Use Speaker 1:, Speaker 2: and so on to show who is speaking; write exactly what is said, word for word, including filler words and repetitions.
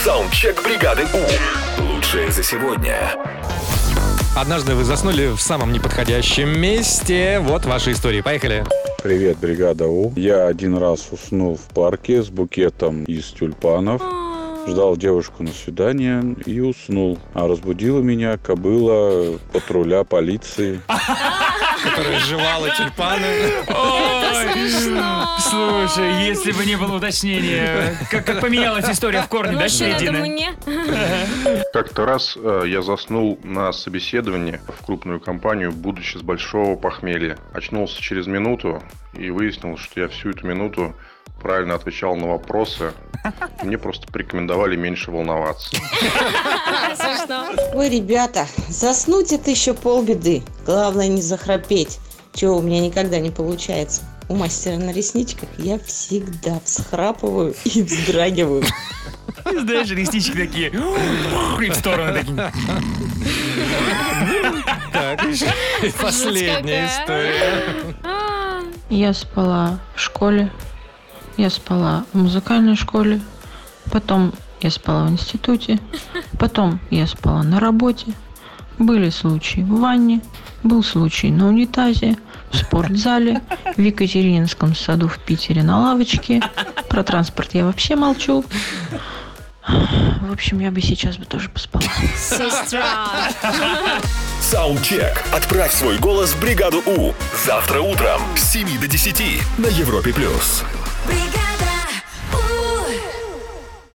Speaker 1: Саундчек бригады У. Лучшее за сегодня.
Speaker 2: Однажды вы заснули в самом неподходящем месте. Вот ваши истории. Поехали.
Speaker 3: Привет, бригада У. Я один раз уснул в парке с букетом из тюльпанов. Ждал девушку на свидание и уснул. А разбудила меня кобыла патруля полиции.
Speaker 2: Которая жевала тюльпаны.
Speaker 4: Ой,
Speaker 5: Слушай, если бы не было уточнения, как, как поменялась история в корне, да,
Speaker 4: Лучше надо
Speaker 5: середины?
Speaker 4: мне.
Speaker 6: Как-то раз э, я заснул на собеседовании в крупную компанию, будучи с большого похмелья. Очнулся через минуту и выяснилось, что я всю эту минуту правильно отвечал на вопросы. Мне просто порекомендовали меньше волноваться.
Speaker 4: Смешно.
Speaker 7: Ой, ребята, заснуть это еще полбеды. Главное не захрапеть. Чего у меня никогда не получается. У мастера на ресничках я всегда всхрапываю и вздрагиваю.
Speaker 5: Знаешь, реснички такие, и в сторону такие.
Speaker 2: Так, и последняя
Speaker 4: какая.
Speaker 2: история.
Speaker 8: Я спала в школе, я спала в музыкальной школе, потом я спала в институте, потом я спала на работе. Были случаи в ванне, был случай на унитазе, в спортзале, в Екатерининском саду в Питере на лавочке. Про транспорт я вообще молчу. В общем, я бы сейчас бы тоже поспала.
Speaker 4: Сестра.
Speaker 1: Саундчек. Отправь свой голос в бригаду У. Завтра утром с семи до десяти на Европе плюс.